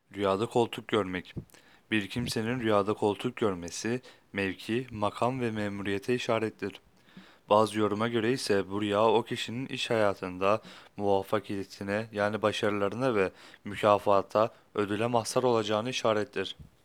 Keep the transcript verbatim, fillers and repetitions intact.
Rüyada koltuk görmek. Bir kimsenin rüyada koltuk görmesi, mevki, makam ve memuriyete işarettir. Bazı yoruma göre ise bu rüya o kişinin iş hayatında muvaffakiyetine yani başarılarına ve mükafata, ödüle mazhar olacağını işarettir.